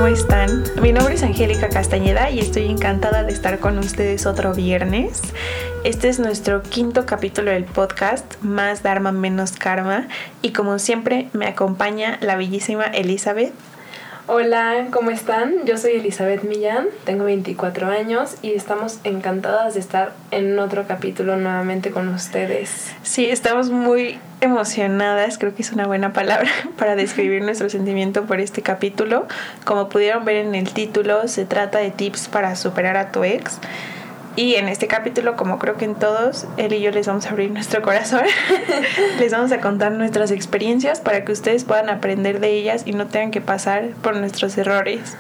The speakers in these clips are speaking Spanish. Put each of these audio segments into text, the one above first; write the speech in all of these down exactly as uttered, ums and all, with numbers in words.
están? Mi nombre es Angélica Castañeda y estoy encantada de estar con ustedes otro viernes. Este es nuestro quinto capítulo del podcast, Más Dharma, Menos Karma, y como siempre me acompaña la bellísima Elizabeth. Hola, ¿cómo están? Yo soy Elizabeth Millán, tengo veinticuatro años y estamos encantadas de estar en otro capítulo nuevamente con ustedes. Sí, estamos muy emocionadas, creo que es una buena palabra para describir nuestro sentimiento por este capítulo. Como pudieron ver en el título, se trata de tips para superar a tu ex. Y en este capítulo, como creo que en todos, él y yo les vamos a abrir nuestro corazón. Les vamos a contar nuestras experiencias para que ustedes puedan aprender de ellas y no tengan que pasar por nuestros errores.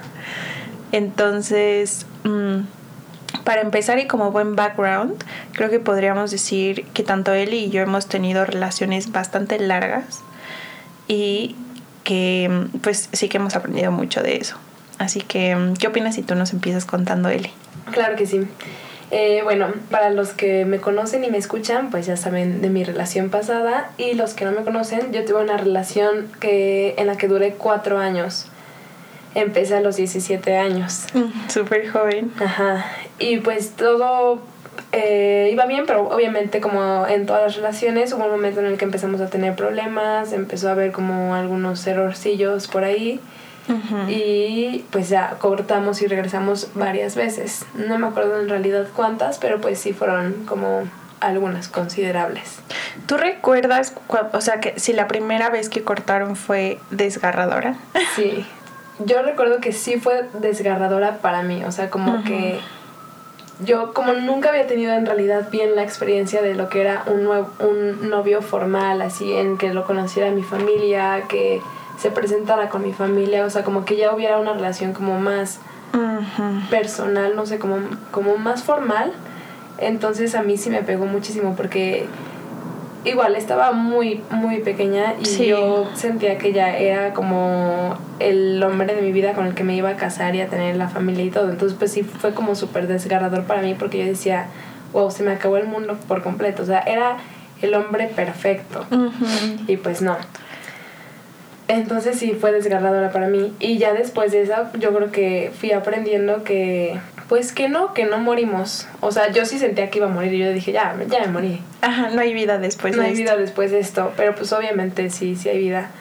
Entonces, mmm, para empezar y como buen background, creo que podríamos decir que tanto él y yo hemos tenido relaciones bastante largas y que pues sí que hemos aprendido mucho de eso. Así que, ¿qué opinas si tú nos empiezas contando, Eli? Claro que sí. Eh, bueno, para los que me conocen y me escuchan, pues ya saben de mi relación pasada, y los que no me conocen, yo tuve una relación que en la que duré cuatro años. Empecé a los diecisiete años. Mm, súper joven. Ajá. Y pues todo eh, iba bien, pero obviamente como en todas las relaciones hubo un momento en el que empezamos a tener problemas, empezó a haber como algunos errorcillos por ahí. Uh-huh. Y pues ya cortamos y regresamos varias veces. No me acuerdo en realidad cuántas, pero pues sí fueron como algunas considerables. ¿Tú recuerdas, o sea, que si la primera vez que cortaron fue desgarradora? Sí, yo recuerdo que sí fue desgarradora para mí, o sea, como uh-huh. que yo como nunca había tenido en realidad bien la experiencia de lo que era un, nuevo, un novio formal, así en que lo conociera mi familia, que se presentara con mi familia, o sea, como que ya hubiera una relación como más uh-huh. personal, no sé, como, como más formal. Entonces a mí sí me pegó muchísimo porque igual estaba muy, muy pequeña y sí. Yo sentía que ya era como el hombre de mi vida con el que me iba a casar y a tener la familia y todo. Entonces pues sí fue como súper desgarrador para mí porque yo decía, wow, se me acabó el mundo por completo. O sea, era el hombre perfecto. Uh-huh. Y pues no. Entonces sí fue desgarradora para mí. Y ya después de eso yo creo que fui aprendiendo que pues que no, que no morimos. O sea, yo sí sentía que iba a morir y yo dije, ya, ya me morí. Ajá, no hay vida después no de esto. No hay vida después de esto, pero pues obviamente sí, sí hay vida.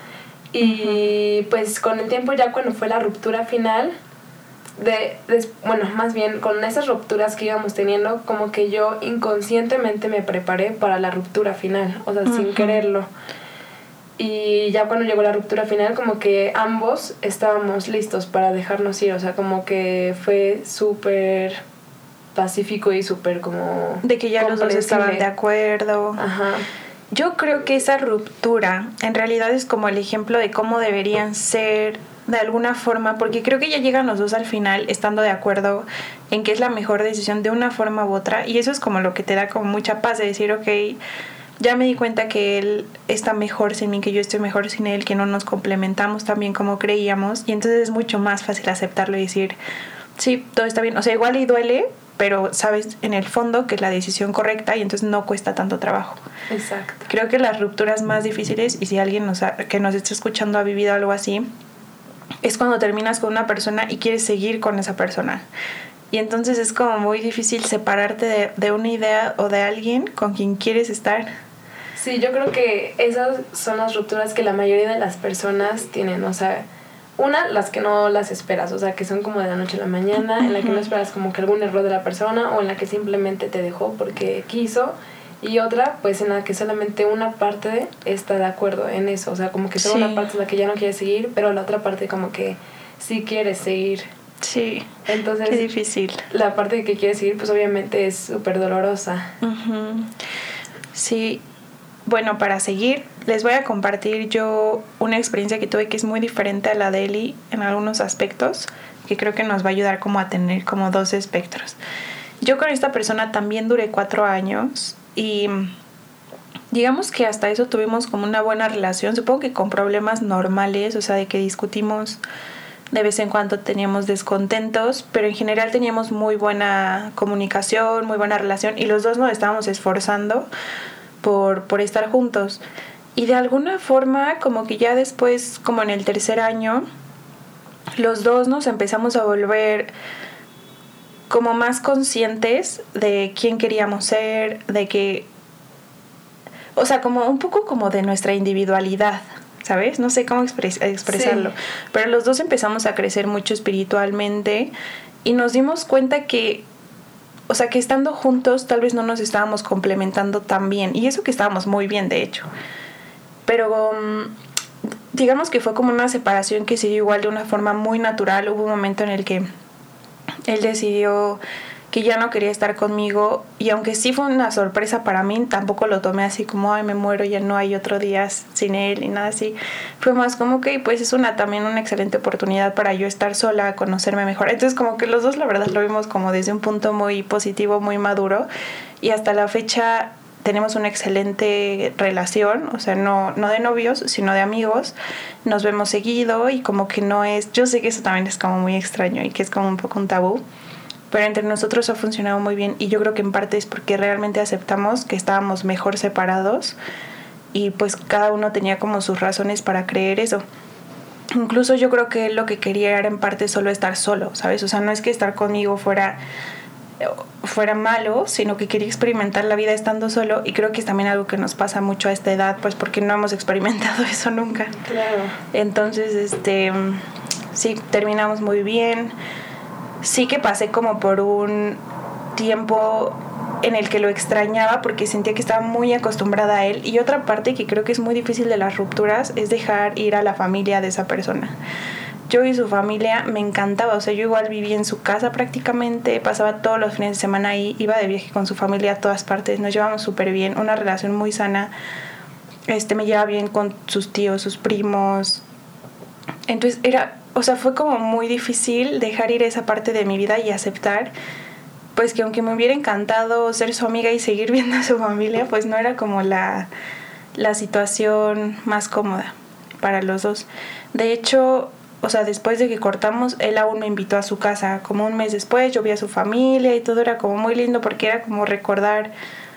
Y uh-huh. pues con el tiempo ya cuando fue la ruptura final, de, de bueno, más bien con esas rupturas que íbamos teniendo, como que yo inconscientemente me preparé para la ruptura final, o sea, uh-huh. sin quererlo. Y ya cuando llegó la ruptura final, como que ambos estábamos listos para dejarnos ir. O sea, como que fue súper pacífico y súper como... de que ya los dos estaban de acuerdo. Ajá. Yo creo que esa ruptura en realidad es como el ejemplo de cómo deberían ser de alguna forma, porque creo que ya llegan los dos al final estando de acuerdo en que es la mejor decisión de una forma u otra. Y eso es como lo que te da como mucha paz de decir, ok, ya me di cuenta que él está mejor sin mí, que yo estoy mejor sin él, que no nos complementamos tan bien como creíamos. Y entonces es mucho más fácil aceptarlo y decir, sí, todo está bien. O sea, igual y duele, pero sabes en el fondo que es la decisión correcta y entonces no cuesta tanto trabajo. Exacto. Creo que las rupturas más difíciles, y si alguien nos ha, que nos está escuchando ha vivido algo así, es cuando terminas con una persona y quieres seguir con esa persona. Y entonces es como muy difícil separarte de, de una idea o de alguien con quien quieres estar. Sí, yo creo que esas son las rupturas que la mayoría de las personas tienen, o sea, una, las que no las esperas, o sea, que son como de la noche a la mañana, uh-huh. en la que no esperas como que algún error de la persona o en la que simplemente te dejó porque quiso, y otra, pues en la que solamente una parte está de acuerdo en eso, o sea, como que toda sí. una parte es la que ya no quiere seguir, pero la otra parte como que sí quiere seguir. Sí, entonces, qué difícil. La parte que quiere seguir, pues obviamente es súper dolorosa. Uh-huh. Sí. Bueno, para seguir, les voy a compartir yo una experiencia que tuve que es muy diferente a la de Eli en algunos aspectos, que creo que nos va a ayudar como a tener como dos espectros. Yo con esta persona también duré cuatro años y digamos que hasta eso tuvimos como una buena relación, supongo que con problemas normales, o sea, de que discutimos de vez en cuando, teníamos descontentos, pero en general teníamos muy buena comunicación, muy buena relación y los dos nos estábamos esforzando por, por estar juntos. Y de alguna forma, como que ya después, como en el tercer año, los dos nos empezamos a volver como más conscientes de quién queríamos ser, de que, o sea, como un poco como de nuestra individualidad, ¿sabes? No sé cómo expres- expresarlo, sí. Pero los dos empezamos a crecer mucho espiritualmente y nos dimos cuenta que, o sea, que estando juntos tal vez no nos estábamos complementando tan bien, y eso que estábamos muy bien, de hecho, pero um, digamos que fue como una separación que se dio igual de una forma muy natural. Hubo un momento en el que él decidió que ya no quería estar conmigo, y aunque sí fue una sorpresa para mí, tampoco lo tomé así como, ay, me muero, ya no hay otro día sin él y nada así. Fue más como que, pues es una también una excelente oportunidad para yo estar sola, conocerme mejor. Entonces como que los dos la verdad lo vimos como desde un punto muy positivo, muy maduro, y hasta la fecha tenemos una excelente relación, o sea, no, no de novios, sino de amigos. Nos vemos seguido y como que no es, yo sé que eso también es como muy extraño y que es como un poco un tabú, pero entre nosotros ha funcionado muy bien, y yo creo que en parte es porque realmente aceptamos que estábamos mejor separados, y pues cada uno tenía como sus razones para creer eso. Incluso yo creo que él lo que quería era en parte solo estar solo, ¿sabes? O sea, no es que estar conmigo fuera fuera malo, sino que quería experimentar la vida estando solo, y creo que es también algo que nos pasa mucho a esta edad, pues porque no hemos experimentado eso nunca. Claro. Entonces, este, sí, terminamos muy bien. Sí que pasé como por un tiempo en el que lo extrañaba porque sentía que estaba muy acostumbrada a él, y otra parte que creo que es muy difícil de las rupturas es dejar ir a la familia de esa persona. Yo y su familia me encantaba, o sea, yo igual vivía en su casa prácticamente, pasaba todos los fines de semana ahí, iba de viaje con su familia a todas partes, nos llevamos súper bien, una relación muy sana. Este, me llevaba bien con sus tíos, sus primos. Entonces era, o sea, fue como muy difícil dejar ir esa parte de mi vida y aceptar, pues que aunque me hubiera encantado ser su amiga y seguir viendo a su familia, pues no era como la, la situación más cómoda para los dos. De hecho, o sea, después de que cortamos, él aún me invitó a su casa, como un mes después. Yo vi a su familia y todo era como muy lindo, porque era como recordar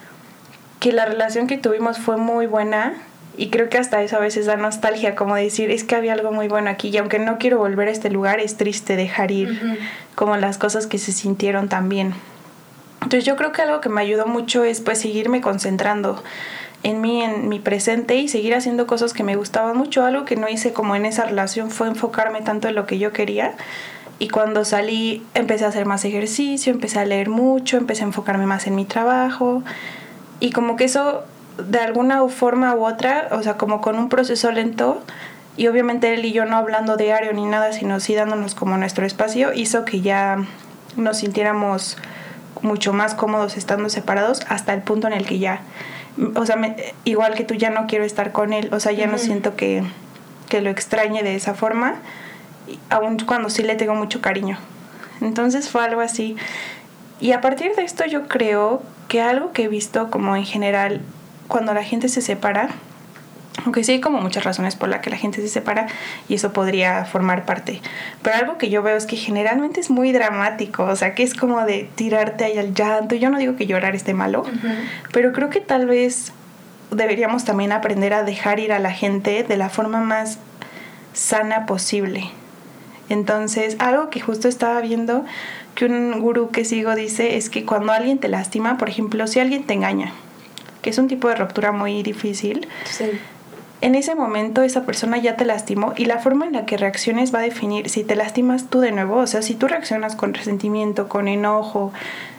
que la relación que tuvimos fue muy buena, y creo que hasta eso a veces da nostalgia, como decir, es que había algo muy bueno aquí, y aunque no quiero volver a este lugar, es triste dejar ir uh-huh. como las cosas que se sintieron tan bien. Entonces yo creo que algo que me ayudó mucho es pues seguirme concentrando en mí, en mi presente, y seguir haciendo cosas que me gustaban mucho. Algo que no hice como en esa relación fue enfocarme tanto en lo que yo quería, y cuando salí empecé a hacer más ejercicio, empecé a leer mucho, empecé a enfocarme más en mi trabajo, y como que eso de alguna forma u otra, o sea, como con un proceso lento, y obviamente él y yo no hablando diario ni nada, sino sí dándonos como nuestro espacio, hizo que ya nos sintiéramos mucho más cómodos estando separados, hasta el punto en el que ya, o sea, me, igual que tú, ya no quiero estar con él, o sea, ya uh-huh. no siento que, que lo extrañe de esa forma, aun cuando sí le tengo mucho cariño. Entonces fue algo así. Y a partir de esto yo creo que algo que he visto como en general cuando la gente se separa, aunque sí hay como muchas razones por las que la gente se separa, y eso podría formar parte, pero algo que yo veo es que generalmente es muy dramático, o sea, que es como de tirarte ahí al llanto. Yo no digo que llorar esté malo, uh-huh. pero creo que tal vez deberíamos también aprender a dejar ir a la gente de la forma más sana posible. Entonces, algo que justo estaba viendo que un gurú que sigo dice es que cuando alguien te lastima, por ejemplo, si alguien te engaña, que es un tipo de ruptura muy difícil, sí. en ese momento esa persona ya te lastimó, y la forma en la que reacciones va a definir si te lastimas tú de nuevo. O sea, si tú reaccionas con resentimiento, con enojo,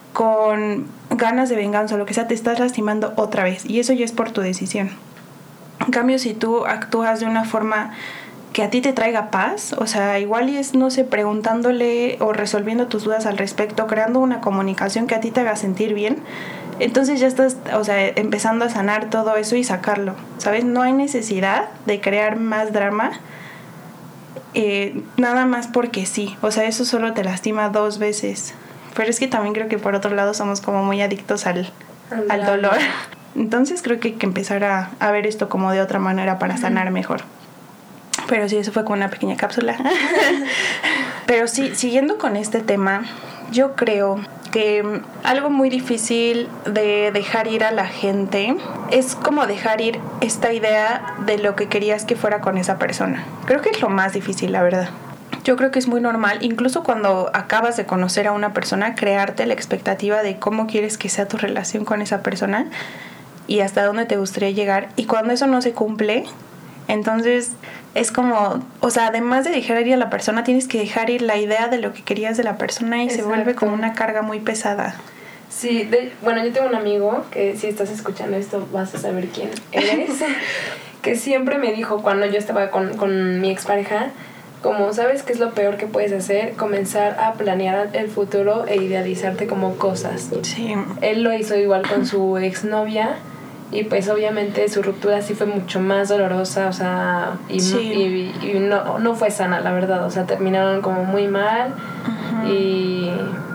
con ganas de venganza o lo que sea, te estás lastimando otra vez, y eso ya es por tu decisión. En cambio, si tú actúas de una forma que a ti te traiga paz, o sea, igual y es, no sé, preguntándole o resolviendo tus dudas al respecto, creando una comunicación que a ti te haga sentir bien, entonces ya estás, o sea, empezando a sanar todo eso y sacarlo, ¿sabes? No hay necesidad de crear más drama, eh, nada más porque sí, o sea, eso solo te lastima dos veces. Pero es que también creo que por otro lado somos como muy adictos al, al dolor. Entonces creo que hay que empezar a, a ver esto como de otra manera para sanar mejor. Pero sí, eso fue como una pequeña cápsula. Pero sí, siguiendo con este tema, yo creo que algo muy difícil de dejar ir a la gente es como dejar ir esta idea de lo que querías que fuera con esa persona. Creo que es lo más difícil, la verdad. Yo creo que es muy normal, incluso cuando acabas de conocer a una persona, crearte la expectativa de cómo quieres que sea tu relación con esa persona y hasta dónde te gustaría llegar. Y cuando eso no se cumple, entonces es como, o sea, además de dejar ir a la persona, tienes que dejar ir la idea de lo que querías de la persona y Exacto. se vuelve como una carga muy pesada. Sí, de, bueno, yo tengo un amigo que si estás escuchando esto vas a saber quién eres, que siempre me dijo cuando yo estaba con, con mi expareja, como, ¿sabes qué es lo peor que puedes hacer? Comenzar a planear el futuro e idealizarte como cosas. Sí. Él lo hizo igual con su exnovia y pues obviamente su ruptura sí fue mucho más dolorosa, o sea, y, sí. y, y no, no fue sana, la verdad, o sea, terminaron como muy mal uh-huh. y,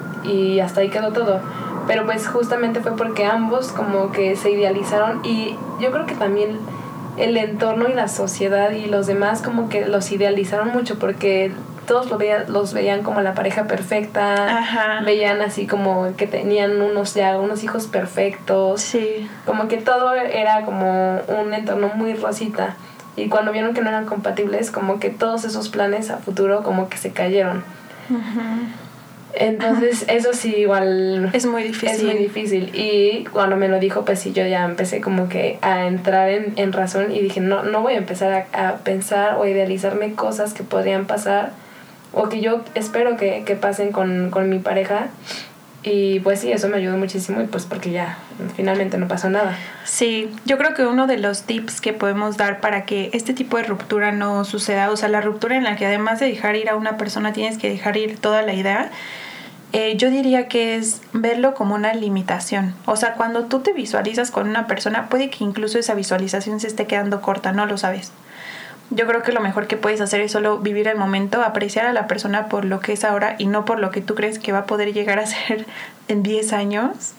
y hasta ahí quedó todo. Pero pues justamente fue porque ambos como que se idealizaron y yo creo que también el entorno y la sociedad y los demás como que los idealizaron mucho porque todos lo veían, los veían como la pareja perfecta, Ajá. veían así como que tenían unos ya unos hijos perfectos, sí. como que todo era como un entorno muy rosita y cuando vieron que no eran compatibles como que todos esos planes a futuro como que se cayeron. Uh-huh. Entonces eso sí igual es muy difícil es muy difícil y cuando me lo dijo pues sí yo ya empecé como que a entrar en, en razón y dije no, no voy a empezar a, a pensar o a idealizarme cosas que podrían pasar o que yo espero que, que pasen con, con mi pareja y pues sí, eso me ayudó muchísimo y pues porque ya finalmente no pasó nada. Sí, yo creo que uno de los tips que podemos dar para que este tipo de ruptura no suceda, o sea, la ruptura en la que además de dejar ir a una persona tienes que dejar ir toda la idea, eh, yo diría que es verlo como una limitación. O sea, cuando tú te visualizas con una persona, puede que incluso esa visualización se esté quedando corta, no lo sabes. Yo creo que lo mejor que puedes hacer es solo vivir el momento, apreciar a la persona por lo que es ahora y no por lo que tú crees que va a poder llegar a ser en diez años.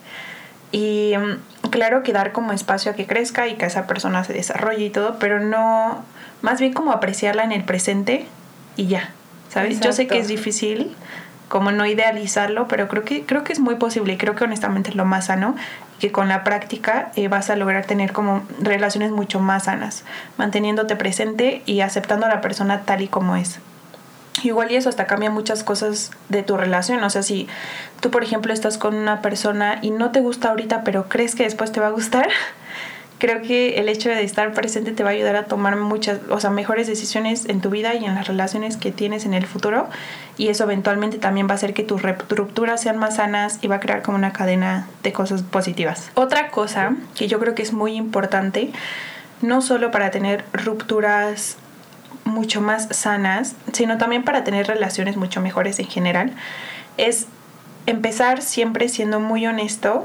Y claro que dar como espacio a que crezca y que esa persona se desarrolle y todo, pero no, más bien como apreciarla en el presente y ya, ¿sabes? Exacto. Yo sé que es difícil como no idealizarlo, pero creo que creo que es muy posible y creo que honestamente es lo más sano, que con la práctica eh, vas a lograr tener como relaciones mucho más sanas, manteniéndote presente y aceptando a la persona tal y como es. Igual y eso hasta cambia muchas cosas de tu relación. O sea, si tú, por ejemplo, estás con una persona y no te gusta ahorita, pero crees que después te va a gustar, creo que el hecho de estar presente te va a ayudar a tomar muchas, o sea, mejores decisiones en tu vida y en las relaciones que tienes en el futuro. Y eso eventualmente también va a hacer que tus rupturas sean más sanas y va a crear como una cadena de cosas positivas. Otra cosa que yo creo que es muy importante, no solo para tener rupturas mucho más sanas, sino también para tener relaciones mucho mejores en general, es empezar siempre siendo muy honesto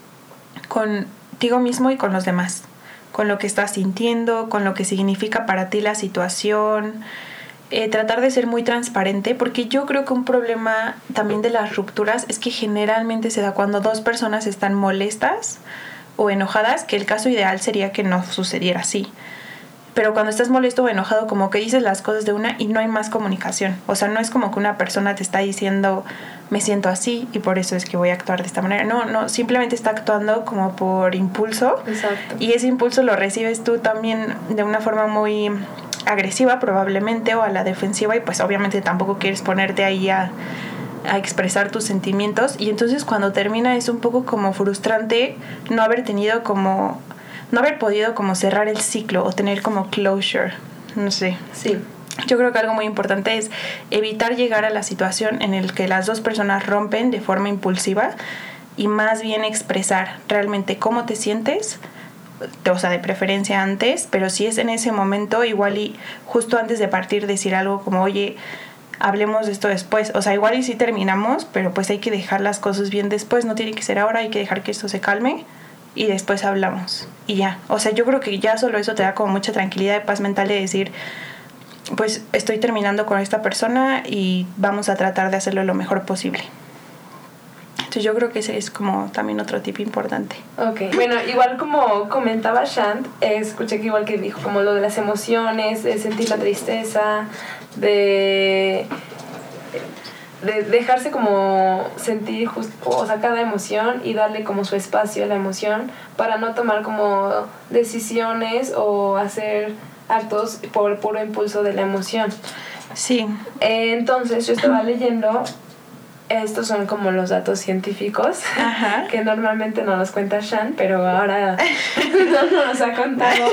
contigo mismo y con los demás, con lo que estás sintiendo, con lo que significa para ti la situación, eh, tratar de ser muy transparente, porque yo creo que un problema también de las rupturas es que generalmente se da cuando dos personas están molestas o enojadas, que el caso ideal sería que no sucediera así. Pero cuando estás molesto o enojado, como que dices las cosas de una y no hay más comunicación. O sea, no es como que una persona te está diciendo, me siento así y por eso es que voy a actuar de esta manera. No, no, simplemente está actuando como por impulso. Exacto. Y ese impulso lo recibes tú también de una forma muy agresiva probablemente o a la defensiva y pues obviamente tampoco quieres ponerte ahí a, a expresar tus sentimientos. Y entonces cuando termina es un poco como frustrante no haber tenido como... no haber podido como cerrar el ciclo o tener como closure, no sé. Sí. Yo creo que algo muy importante es evitar llegar a la situación en la que las dos personas rompen de forma impulsiva y más bien expresar realmente cómo te sientes, o sea, de preferencia antes, pero si es en ese momento, igual y justo antes de partir decir algo como, oye, hablemos de esto después. O sea, igual y sí terminamos, pero pues hay que dejar las cosas bien después, no tiene que ser ahora, hay que dejar que esto se calme y después hablamos y ya. O sea, yo creo que ya solo eso te da como mucha tranquilidad y paz mental de decir, pues estoy terminando con esta persona y vamos a tratar de hacerlo lo mejor posible. Entonces yo creo que ese es como también otro tip importante. Ok, bueno, igual como comentaba Shant, eh, escuché que igual que dijo como lo de las emociones, de sentir la tristeza, de... de dejarse como sentir justo, o sea, cada emoción y darle como su espacio a la emoción para no tomar como decisiones o hacer actos por puro impulso de la emoción. Sí. Eh, entonces yo estaba leyendo, estos son como los datos científicos, Ajá. que normalmente no los cuenta Shan, pero ahora no nos los ha contado.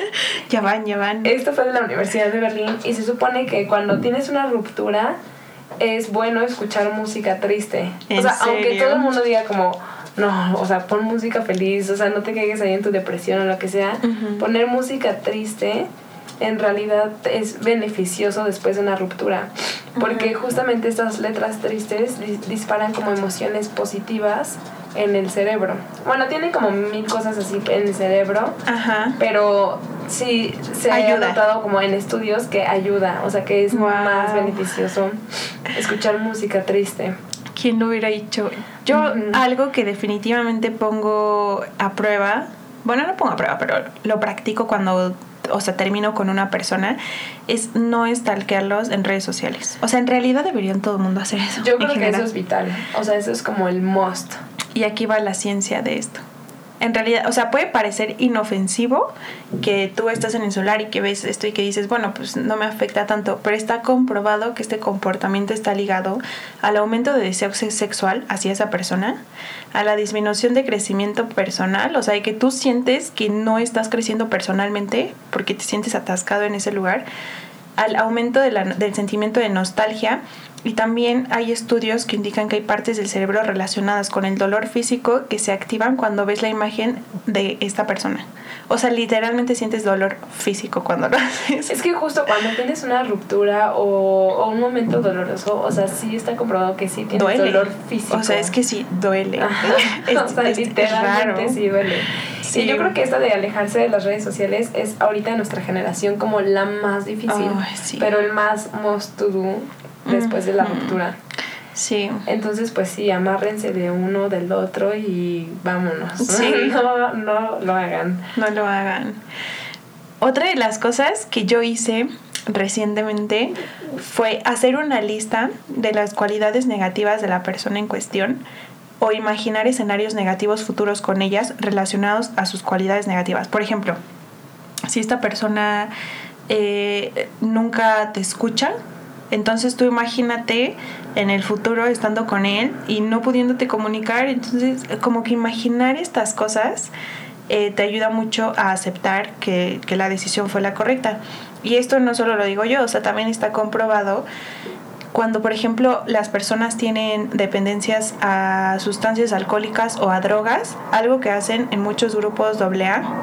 Ya van, ya van. Esto fue de la Universidad de Berlín y se supone que cuando tienes una ruptura es bueno escuchar música triste. ¿En o sea, serio? aunque todo el mundo diga como, no, o sea, pon música feliz, o sea, no te caigas ahí en tu depresión o lo que sea, Uh-huh. poner música triste en realidad es beneficioso después de una ruptura, porque Uh-huh. justamente estas letras tristes dis- disparan como emociones positivas en el cerebro. Bueno, tienen como mil cosas así en el cerebro, Ajá. pero sí se Ayuda. ha notado como en estudios que ayuda, o sea que es Wow. más beneficioso escuchar música triste. ¿Quién lo hubiera dicho? Yo Ujú. algo que definitivamente pongo a prueba, bueno, no pongo a prueba, pero lo practico cuando, o sea, termino con una persona, es no stalkearlos en redes sociales. O sea, en realidad deberían todo el mundo hacer eso. Yo en creo que general. eso es vital, o sea, eso es como el must. Y aquí va la ciencia de esto. En realidad, o sea, puede parecer inofensivo que tú estás en el celular y que ves esto y que dices, bueno, pues no me afecta tanto, pero está comprobado que este comportamiento está ligado al aumento de deseo sexual hacia esa persona, a la disminución de crecimiento personal, o sea, de que tú sientes que no estás creciendo personalmente porque te sientes atascado en ese lugar, al aumento de la, del sentimiento de nostalgia. Y también hay estudios que indican que hay partes del cerebro relacionadas con el dolor físico que se activan cuando ves la imagen de esta persona. O sea, literalmente sientes dolor físico cuando lo haces. Es que justo cuando tienes una ruptura o, o un momento doloroso, o sea, sí está comprobado que sí tienes Duele. dolor físico. O sea, es que sí duele. Ajá. Es, o sea, es literalmente raro. sí duele. Sí. Y yo creo que esta de alejarse de las redes sociales es ahorita en nuestra generación como la más difícil, Ay, sí. pero el más must to do después de la ruptura. Sí. Entonces, pues sí, amárrense de uno, del otro y vámonos. Sí. No, no lo hagan. No lo hagan. Otra de las cosas que yo hice recientemente fue hacer una lista de las cualidades negativas de la persona en cuestión o imaginar escenarios negativos futuros con ellas relacionados a sus cualidades negativas. Por ejemplo, si esta persona eh, nunca te escucha, entonces tú imagínate en el futuro estando con él y no pudiéndote comunicar. Entonces, como que imaginar estas cosas eh, te ayuda mucho a aceptar que, que la decisión fue la correcta. Y esto no solo lo digo yo, o sea, también está comprobado cuando, por ejemplo, las personas tienen dependencias a sustancias alcohólicas o a drogas. Algo que hacen en muchos grupos doble A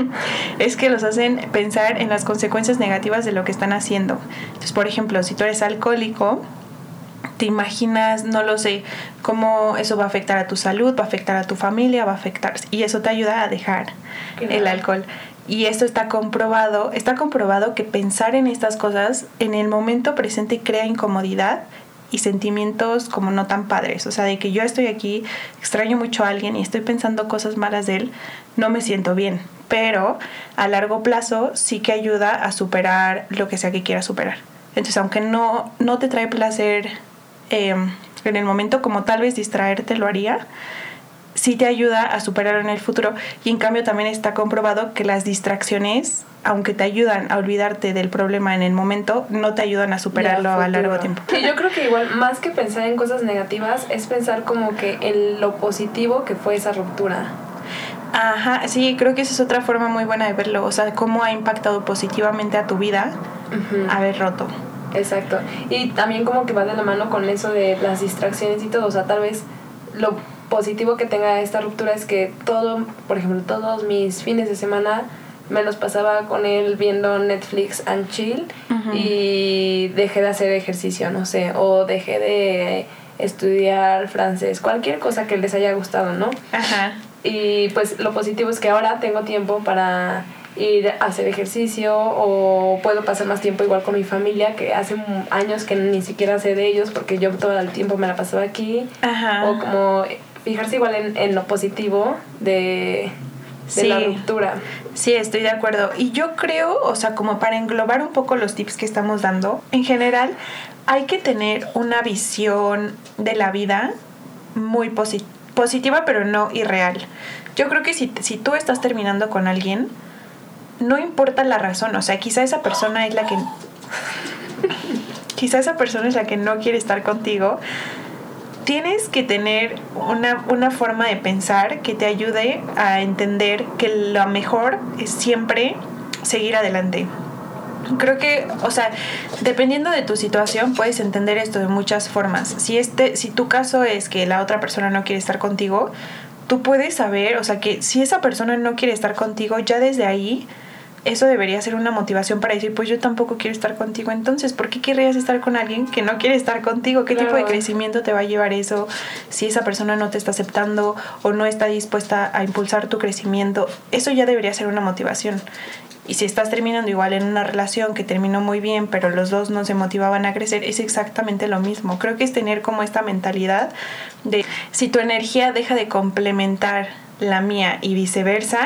es que los hacen pensar en las consecuencias negativas de lo que están haciendo. Entonces, por ejemplo, si tú eres alcohólico, te imaginas, no lo sé, cómo eso va a afectar a tu salud, va a afectar a tu familia, va a afectar, y eso te ayuda a dejar Claro. el alcohol. Y esto está comprobado, está comprobado que pensar en estas cosas en el momento presente crea incomodidad y sentimientos como no tan padres. O sea, de que yo estoy aquí, extraño mucho a alguien y estoy pensando cosas malas de él, no me siento bien. Pero a largo plazo sí que ayuda a superar lo que sea que quieras superar. Entonces, aunque no, no te trae placer eh, en el momento, como tal vez distraerte lo haría, sí te ayuda a superarlo en el futuro. Y en cambio también está comprobado que las distracciones, aunque te ayudan a olvidarte del problema en el momento, no te ayudan a superarlo a largo tiempo. Y yo creo que igual, más que pensar en cosas negativas, es pensar como que en lo positivo que fue esa ruptura. Ajá, sí, creo que esa es otra forma muy buena de verlo. O sea, cómo ha impactado positivamente a tu vida Uh-huh. haber roto. Exacto. Y también como que va de la mano con eso de las distracciones y todo. O sea, tal vez lo positivo que tenga esta ruptura es que todo, por ejemplo, todos mis fines de semana me los pasaba con él viendo Netflix and chill. Uh-huh. Y dejé de hacer ejercicio, no sé, o dejé de estudiar francés, cualquier cosa que les haya gustado, ¿no? Ajá. Y pues lo positivo es que ahora tengo tiempo para ir a hacer ejercicio o puedo pasar más tiempo igual con mi familia, que hace años que ni siquiera sé de ellos porque yo todo el tiempo me la pasaba aquí. Ajá. O como fijarse igual en, en lo positivo de, de sí. la ruptura. Sí, estoy de acuerdo. Y yo creo, o sea, como para englobar un poco los tips que estamos dando, en general hay que tener una visión de la vida muy posit- positiva, pero no irreal. Yo creo que si, si tú estás terminando con alguien, no importa la razón, o sea, quizá esa persona es la que... quizá esa persona es la que no quiere estar contigo, tienes que tener una, una forma de pensar que te ayude a entender que lo mejor es siempre seguir adelante. Creo que, o sea, dependiendo de tu situación puedes entender esto de muchas formas. Si este, si tu caso es que la otra persona no quiere estar contigo, tú puedes saber, o sea, que si esa persona no quiere estar contigo, ya desde ahí eso debería ser una motivación para decir, pues yo tampoco quiero estar contigo. Entonces, ¿por qué querrías estar con alguien que no quiere estar contigo? ¿Qué claro. tipo de crecimiento te va a llevar eso? Si esa persona no te está aceptando o no está dispuesta a impulsar tu crecimiento, eso ya debería ser una motivación. Y si estás terminando igual en una relación que terminó muy bien, pero los dos no se motivaban a crecer, es exactamente lo mismo. Creo que es tener como esta mentalidad de si tu energía deja de complementar la mía y viceversa,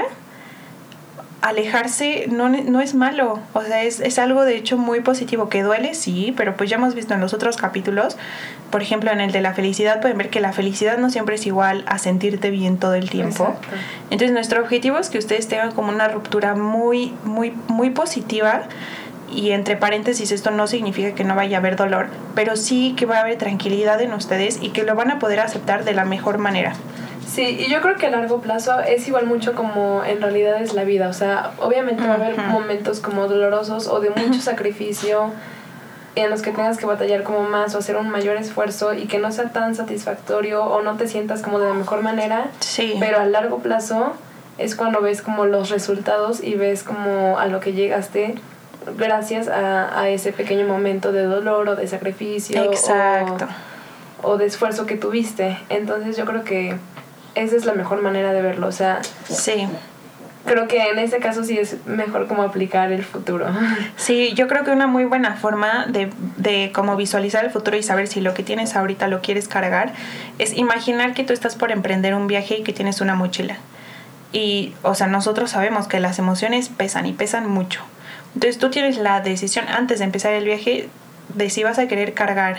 alejarse no, no es malo, o sea, es, es algo de hecho muy positivo, que duele, sí, pero pues ya hemos visto en los otros capítulos, por ejemplo en el de la felicidad, pueden ver que la felicidad no siempre es igual a sentirte bien todo el tiempo. Exacto. Entonces nuestro objetivo es que ustedes tengan como una ruptura muy, muy, muy positiva, y entre paréntesis esto no significa que no vaya a haber dolor, pero sí que va a haber tranquilidad en ustedes y que lo van a poder aceptar de la mejor manera. Sí, y yo creo que a largo plazo es igual mucho como en realidad es la vida, o sea, obviamente uh-huh. va a haber momentos como dolorosos o de mucho sacrificio en los que tengas que batallar como más o hacer un mayor esfuerzo y que no sea tan satisfactorio o no te sientas como de la mejor manera, sí. pero a largo plazo es cuando ves como los resultados y ves como a lo que llegaste gracias a, a ese pequeño momento de dolor o de sacrificio. Exacto. O, o de esfuerzo que tuviste. Entonces yo creo que esa es la mejor manera de verlo, o sea, sí. Creo que en ese caso sí es mejor como aplicar el futuro. Sí, yo creo que una muy buena forma de, de como visualizar el futuro y saber si lo que tienes ahorita lo quieres cargar es imaginar que tú estás por emprender un viaje y que tienes una mochila. Y, o sea, nosotros sabemos que las emociones pesan y pesan mucho. Entonces tú tienes la decisión antes de empezar el viaje de si vas a querer cargar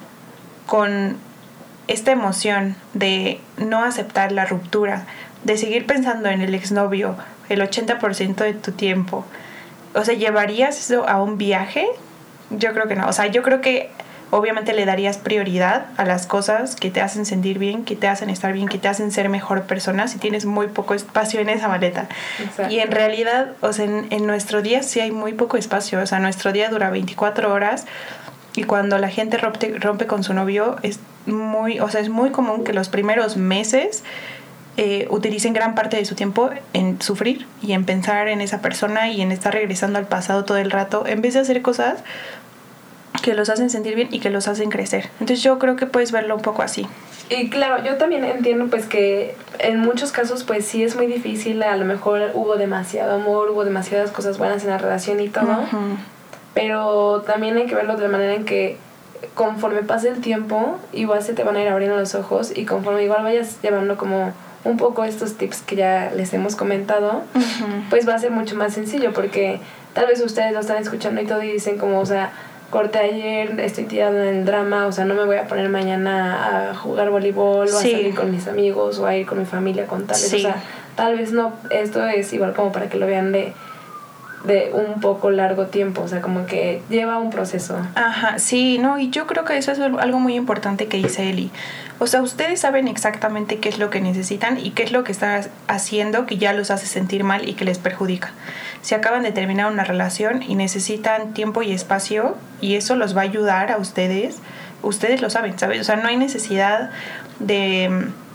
con esta emoción de no aceptar la ruptura, de seguir pensando en el exnovio el ochenta por ciento de tu tiempo. O sea, ¿llevarías eso a un viaje? Yo creo que no. O sea, yo creo que obviamente le darías prioridad a las cosas que te hacen sentir bien, que te hacen estar bien, que te hacen ser mejor persona si tienes muy poco espacio en esa maleta. Exacto. Y en realidad, o sea, en, en nuestro día sí hay muy poco espacio. O sea, nuestro día dura veinticuatro horas y cuando la gente rompe, rompe con su novio es muy, o sea, es muy común que los primeros meses eh, utilicen gran parte de su tiempo en sufrir y en pensar en esa persona y en estar regresando al pasado todo el rato en vez de hacer cosas que los hacen sentir bien y que los hacen crecer. Entonces yo creo que puedes verlo un poco así. Y claro, yo también entiendo pues que en muchos casos pues sí es muy difícil, a lo mejor hubo demasiado amor, hubo demasiadas cosas buenas en la relación y todo, uh-huh. pero también hay que verlo de la manera en que conforme pase el tiempo igual se te van a ir abriendo los ojos y conforme igual vayas llevando como un poco estos tips que ya les hemos comentado, uh-huh. pues va a ser mucho más sencillo porque tal vez ustedes lo están escuchando y todo y dicen como, o sea, corté ayer, estoy tirado en el drama, o sea, no me voy a poner mañana a jugar voleibol, sí. o a salir con mis amigos, o a ir con mi familia con tales, sí. o sea, tal vez no, esto es igual como para que lo vean de, de un poco largo tiempo, o sea, como que lleva un proceso. Ajá, sí, no, y yo creo que eso es algo muy importante que dice Eli. O sea, ustedes saben exactamente qué es lo que necesitan y qué es lo que están haciendo que ya los hace sentir mal y que les perjudica. Si acaban de terminar una relación y necesitan tiempo y espacio y eso los va a ayudar a ustedes, ustedes lo saben, ¿sabes? O sea, no hay necesidad de,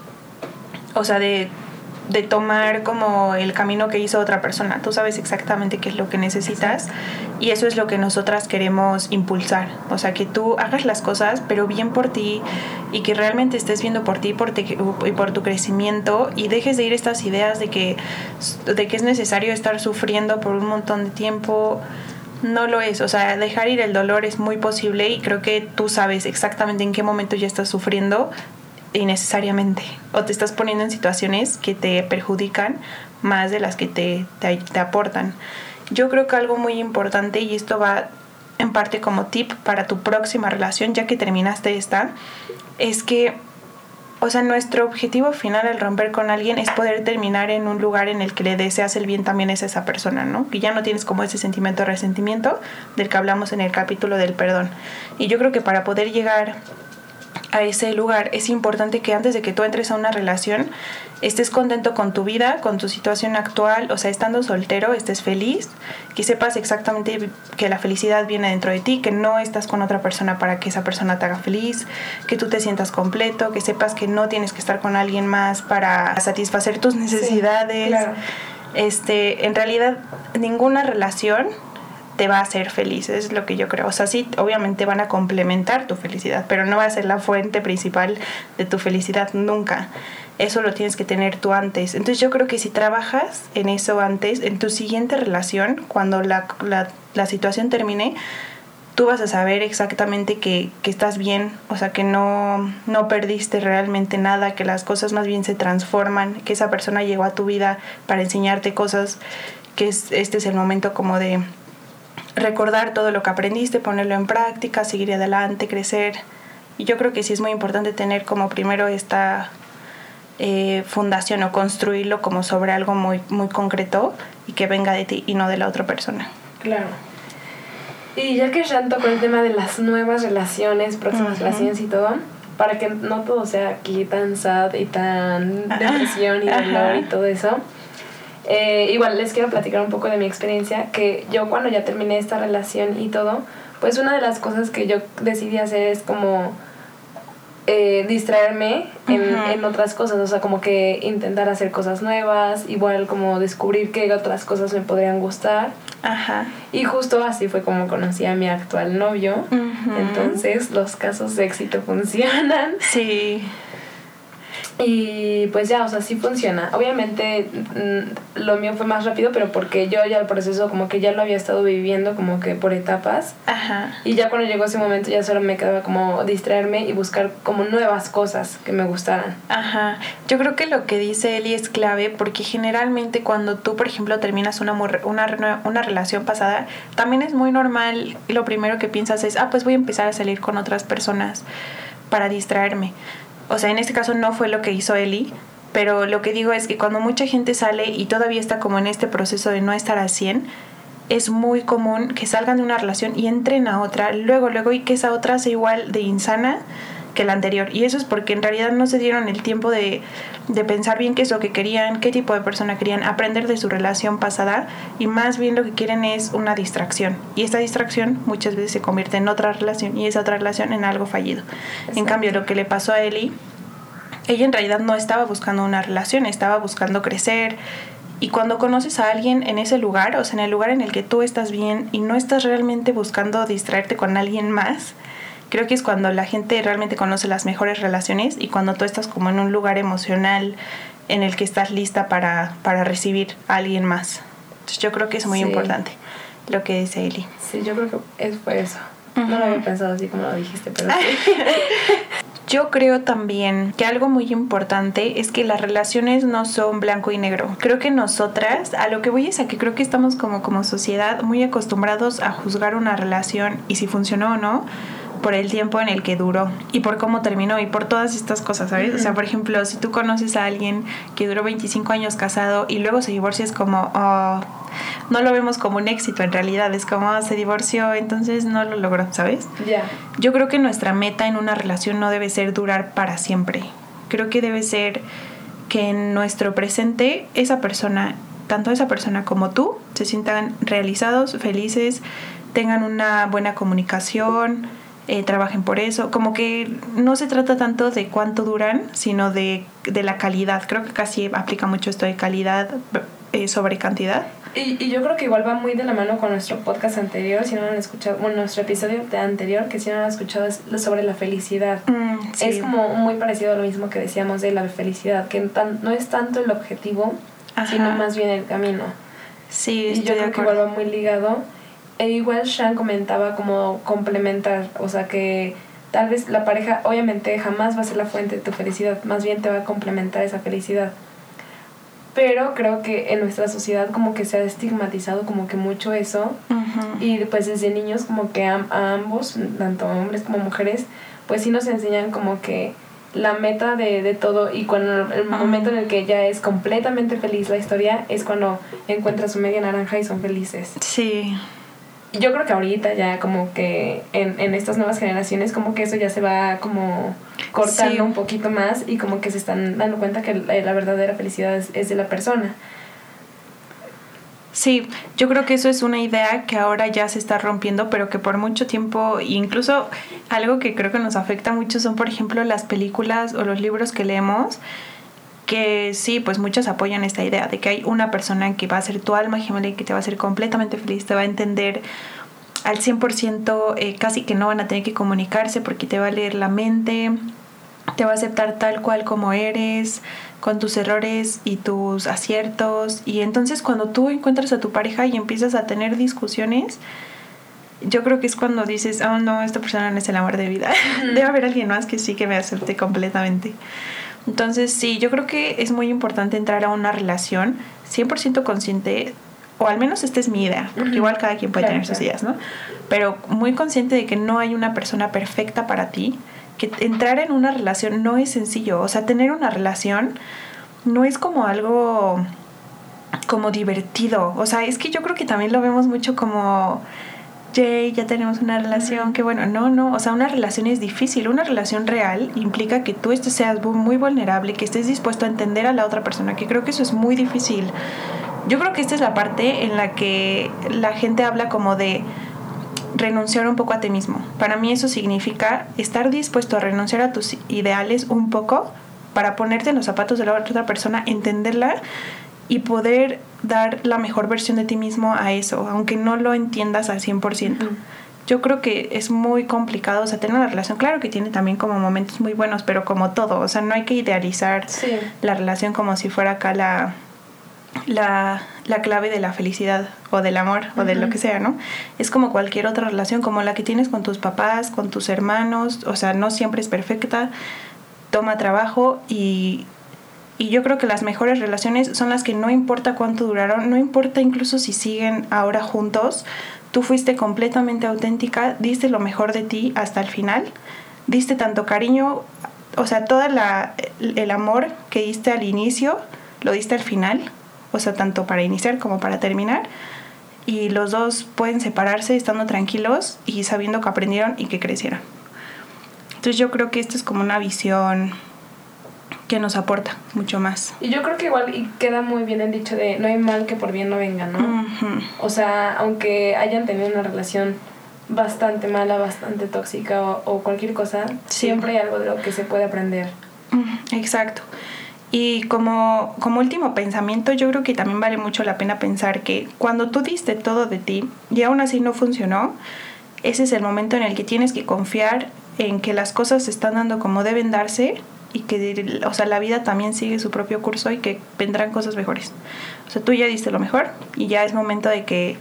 o sea, de, de tomar como el camino que hizo otra persona. Tú sabes exactamente qué es lo que necesitas y eso es lo que nosotras queremos impulsar. O sea, que tú hagas las cosas, pero bien por ti y que realmente estés viendo por ti por te, y por tu crecimiento y dejes de ir estas ideas de que, de que es necesario estar sufriendo por un montón de tiempo. No lo es. O sea, dejar ir el dolor es muy posible y creo que tú sabes exactamente en qué momento ya estás sufriendo innecesariamente o te estás poniendo en situaciones que te perjudican más de las que te, te, te aportan. Yo creo que algo muy importante, y esto va en parte como tip para tu próxima relación ya que terminaste esta, es que o sea, nuestro objetivo final al romper con alguien es poder terminar en un lugar en el que le deseas el bien también a esa persona, ¿no? Que ya no tienes como ese sentimiento de resentimiento del que hablamos en el capítulo del perdón. Y yo creo que para poder llegar a ese lugar es importante que antes de que tú entres a una relación estés contento con tu vida, con tu situación actual, o sea, estando soltero, estés feliz, que sepas exactamente que la felicidad viene dentro de ti, que no estás con otra persona para que esa persona te haga feliz, que tú te sientas completo, que sepas que no tienes que estar con alguien más para satisfacer tus necesidades. Sí, claro. Este, en realidad, ninguna relación te va a hacer feliz, es lo que yo creo. O sea, sí, obviamente van a complementar tu felicidad, pero no va a ser la fuente principal de tu felicidad nunca. Eso lo tienes que tener tú antes. Entonces yo creo que si trabajas en eso antes, en tu siguiente relación, cuando la, la, la situación termine, tú vas a saber exactamente que, que estás bien, o sea, que no, no perdiste realmente nada, que las cosas más bien se transforman, que esa persona llegó a tu vida para enseñarte cosas, que es, este es el momento como de recordar todo lo que aprendiste, ponerlo en práctica, seguir adelante, crecer. Y yo creo que sí es muy importante tener como primero esta eh, fundación o construirlo como sobre algo muy, muy concreto y que venga de ti y no de la otra persona. Claro. Y ya que Shan tocó el tema de las nuevas relaciones, próximas uh-huh. relaciones y todo, para que no todo sea aquí tan sad y tan depresión y dolor y todo eso, Eh, igual les quiero platicar un poco de mi experiencia, que yo cuando ya terminé esta relación y todo, pues una de las cosas que yo decidí hacer es como eh, distraerme en, uh-huh. en otras cosas, o sea, como que intentar hacer cosas nuevas, igual como descubrir qué otras cosas me podrían gustar. Ajá. Y justo así fue como conocí a mi actual novio. Uh-huh. Entonces los casos de éxito funcionan. Sí. Y pues ya, o sea, sí funciona. Obviamente mmm, lo mío fue más rápido, pero porque yo ya el proceso como que ya lo había estado viviendo como que por etapas. Ajá. Y ya cuando llegó ese momento ya solo me quedaba como distraerme y buscar como nuevas cosas que me gustaran. Ajá. Yo creo que lo que dice Eli es clave, porque generalmente cuando tú, por ejemplo, terminas una, una, una relación pasada, también es muy normal y lo primero que piensas es, ah, pues voy a empezar a salir con otras personas para distraerme. O sea, en este caso no fue lo que hizo Eli, pero lo que digo es que cuando mucha gente sale y todavía está como en este proceso de no estar al cien, es muy común que salgan de una relación y entren a otra, luego, luego, y que esa otra sea igual de insana que la anterior. Y eso es porque en realidad no se dieron el tiempo de, de pensar bien qué es lo que querían, qué tipo de persona querían, aprender de su relación pasada, y más bien lo que quieren es una distracción. Y esta distracción muchas veces se convierte en otra relación y esa otra relación en algo fallido. Exacto. En cambio, lo que le pasó a Eli, ella en realidad no estaba buscando una relación, estaba buscando crecer. Y cuando conoces a alguien en ese lugar, o sea, en el lugar en el que tú estás bien y no estás realmente buscando distraerte con alguien más, creo que es cuando la gente realmente conoce las mejores relaciones y cuando tú estás como en un lugar emocional en el que estás lista para, para recibir a alguien más. Entonces yo creo que es muy sí. importante lo que dice Eli. Sí, yo creo que es por eso. Uh-huh. No lo había pensado así como lo dijiste, pero sí. Yo creo también que algo muy importante es que las relaciones no son blanco y negro. Creo que nosotras, a lo que voy es a que creo que estamos como, como sociedad muy acostumbrados a juzgar una relación y si funcionó o no por el tiempo en el que duró y por cómo terminó y por todas estas cosas, ¿sabes? Uh-huh. O sea, por ejemplo, si tú conoces a alguien que duró veinticinco años casado y luego se divorcia, es como, oh, no lo vemos como un éxito en realidad, es como, oh, se divorció, entonces no lo logró, ¿sabes? Ya. Yeah. Yo creo que nuestra meta en una relación no debe ser durar para siempre. Creo que debe ser que en nuestro presente esa persona, tanto esa persona como tú, se sientan realizados, felices, tengan una buena comunicación, Eh, trabajen por eso, como que no se trata tanto de cuánto duran, sino de, de la calidad. Creo que casi aplica mucho esto de calidad eh, sobre cantidad. Y, y yo creo que igual va muy de la mano con nuestro podcast anterior, si no lo han escuchado, bueno, nuestro episodio anterior, que si no lo han escuchado, es sobre la felicidad. Mm, sí. Es como muy parecido a lo mismo que decíamos de la felicidad, que tan, no es tanto el objetivo, Ajá. sino más bien el camino. Sí, y yo creo que igual va muy ligado. E igual Shan comentaba como complementar, o sea que tal vez la pareja obviamente jamás va a ser la fuente de tu felicidad, más bien te va a complementar esa felicidad. Pero creo que en nuestra sociedad como que se ha estigmatizado como que mucho eso. Uh-huh. Y pues desde niños como que a, a ambos, tanto hombres como mujeres, pues sí nos enseñan como que la meta de, de todo, y cuando el momento en el que ya es completamente feliz la historia es cuando encuentra su media naranja y son felices. Sí. Yo creo que ahorita ya como que en, en estas nuevas generaciones como que eso ya se va como cortando sí. un poquito más, y como que se están dando cuenta que la, la verdadera felicidad es, es de la persona. Sí, yo creo que eso es una idea que ahora ya se está rompiendo, pero que por mucho tiempo, incluso algo que creo que nos afecta mucho son, por ejemplo, las películas o los libros que leemos, que sí, pues muchos apoyan esta idea de que hay una persona que va a ser tu alma gemela y que te va a hacer completamente feliz, te va a entender al cien por ciento, eh, casi que no van a tener que comunicarse porque te va a leer la mente, te va a aceptar tal cual como eres, con tus errores y tus aciertos. Y entonces cuando tú encuentras a tu pareja y empiezas a tener discusiones, yo creo que es cuando dices, oh no, esta persona no es el amor de vida. Debe haber alguien más que sí que me acepte completamente. Entonces sí, yo creo que es muy importante entrar a una relación cien por ciento consciente, o al menos esta es mi idea, porque uh-huh. igual cada quien puede claro, tener sus claro. ideas, ¿no? Pero muy consciente de que no hay una persona perfecta para ti, que entrar en una relación no es sencillo. O sea, tener una relación no es como algo como divertido. O sea, es que yo creo que también lo vemos mucho como, yay, ya tenemos una relación, qué bueno. No, no, o sea, una relación es difícil. Una relación real implica que tú seas muy vulnerable, que estés dispuesto a entender a la otra persona, que creo que eso es muy difícil. Yo creo que esta es la parte en la que la gente habla como de renunciar un poco a ti mismo. Para mí eso significa estar dispuesto a renunciar a tus ideales un poco para ponerte en los zapatos de la otra persona, entenderla y poder dar la mejor versión de ti mismo a eso, aunque no lo entiendas al cien por ciento. Uh-huh. Yo creo que es muy complicado, o sea, tener una relación, claro que tiene también como momentos muy buenos, pero como todo, o sea, no hay que idealizar sí. la relación como si fuera acá la... La, la clave de la felicidad o del amor uh-huh. o de lo que sea, ¿no? Es como cualquier otra relación, como la que tienes con tus papás, con tus hermanos, o sea, no siempre es perfecta, toma trabajo y, y yo creo que las mejores relaciones son las que no importa cuánto duraron, no importa incluso si siguen ahora juntos, tú fuiste completamente auténtica, diste lo mejor de ti hasta el final, diste tanto cariño, o sea, todo la, el amor que diste al inicio, lo diste al final. O sea, tanto para iniciar como para terminar. Y los dos pueden separarse estando tranquilos y sabiendo que aprendieron y que crecieron. Entonces yo creo que esto es como una visión que nos aporta mucho más. Y yo creo que igual y queda muy bien el dicho de no hay mal que por bien no venga, ¿no? Uh-huh. O sea, aunque hayan tenido una relación bastante mala, bastante tóxica o, o cualquier cosa, sí. siempre hay algo de lo que se puede aprender. Uh-huh. Exacto. Y como, como último pensamiento, yo creo que también vale mucho la pena pensar que cuando tú diste todo de ti y aún así no funcionó, ese es el momento en el que tienes que confiar en que las cosas se están dando como deben darse y que, o sea, la vida también sigue su propio curso y que vendrán cosas mejores. O sea, tú ya diste lo mejor y ya es momento de que,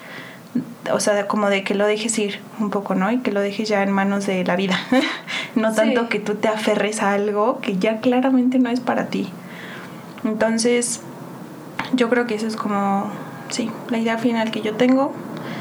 o sea, como de que lo dejes ir un poco, ¿no? Y que lo dejes ya en manos de la vida. No tanto sí. que tú te aferres a algo que ya claramente no es para ti. Entonces, yo creo que eso es como, sí, la idea final que yo tengo.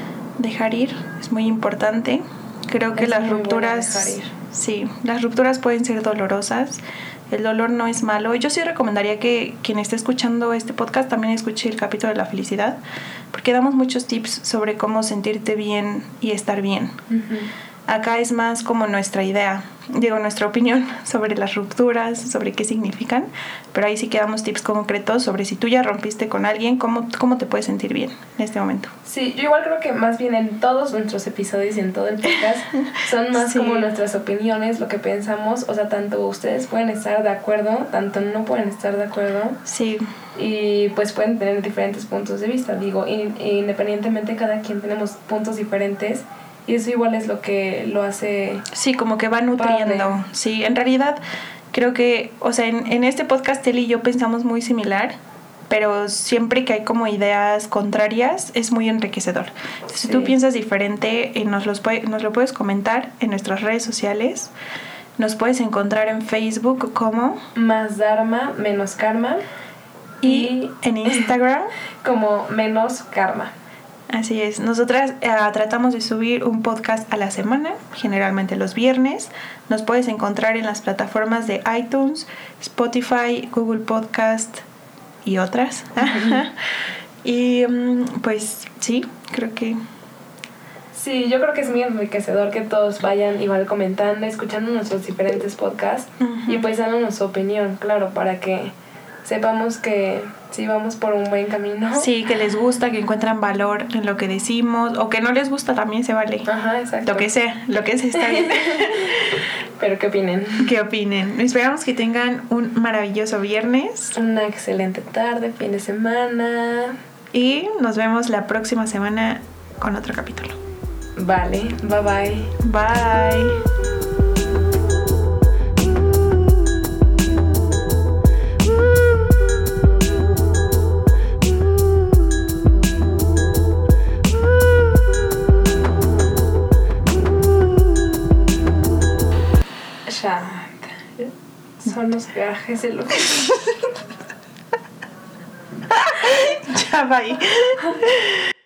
Dejar ir es muy importante. Creo que es las rupturas, sí, las rupturas pueden ser dolorosas. El dolor no es malo. Yo sí recomendaría que quien esté escuchando este podcast también escuche el capítulo de la felicidad, porque damos muchos tips sobre cómo sentirte bien y estar bien. Uh-huh. Acá es más como nuestra idea, digo, nuestra opinión sobre las rupturas, sobre qué significan, pero ahí sí que damos tips concretos sobre si tú ya rompiste con alguien, cómo, cómo te puedes sentir bien en este momento. Sí, yo igual creo que más bien en todos nuestros episodios y en todo el podcast son más sí. como nuestras opiniones, lo que pensamos, o sea, tanto ustedes pueden estar de acuerdo, tanto no pueden estar de acuerdo. Sí. Y pues pueden tener diferentes puntos de vista, digo, in, independientemente cada quien tenemos puntos diferentes. Y eso igual es lo que lo hace... Sí, como que va nutriendo. Padre. Sí, en realidad creo que, o sea, en, en este podcast él y yo pensamos muy similar, pero siempre que hay como ideas contrarias es muy enriquecedor. Entonces, sí. Si tú piensas diferente, eh, nos, los puede, nos lo puedes comentar en nuestras redes sociales. Nos puedes encontrar en Facebook como... Más Dharma, menos Karma. Y, y en Instagram como menos Karma. Así es. Nosotras uh, tratamos de subir un podcast a la semana, generalmente los viernes. Nos puedes encontrar en las plataformas de iTunes, Spotify, Google Podcast y otras. Uh-huh. Y um, pues sí, creo que... Sí, yo creo que es muy enriquecedor que todos vayan igual comentando, escuchando nuestros diferentes podcasts uh-huh. y pues dándonos su opinión, claro, para que sepamos que sí vamos por un buen camino. Sí, que les gusta, que encuentran valor en lo que decimos, o que no les gusta también se vale. Ajá, exacto. Lo que sea, lo que sea está bien. Pero ¿qué opinen? ¿Qué opinen? Esperamos que tengan un maravilloso viernes. Una excelente tarde, fin de semana. Y nos vemos la próxima semana con otro capítulo. Vale, bye bye. Bye. Son los gajes de los... Ya, bye.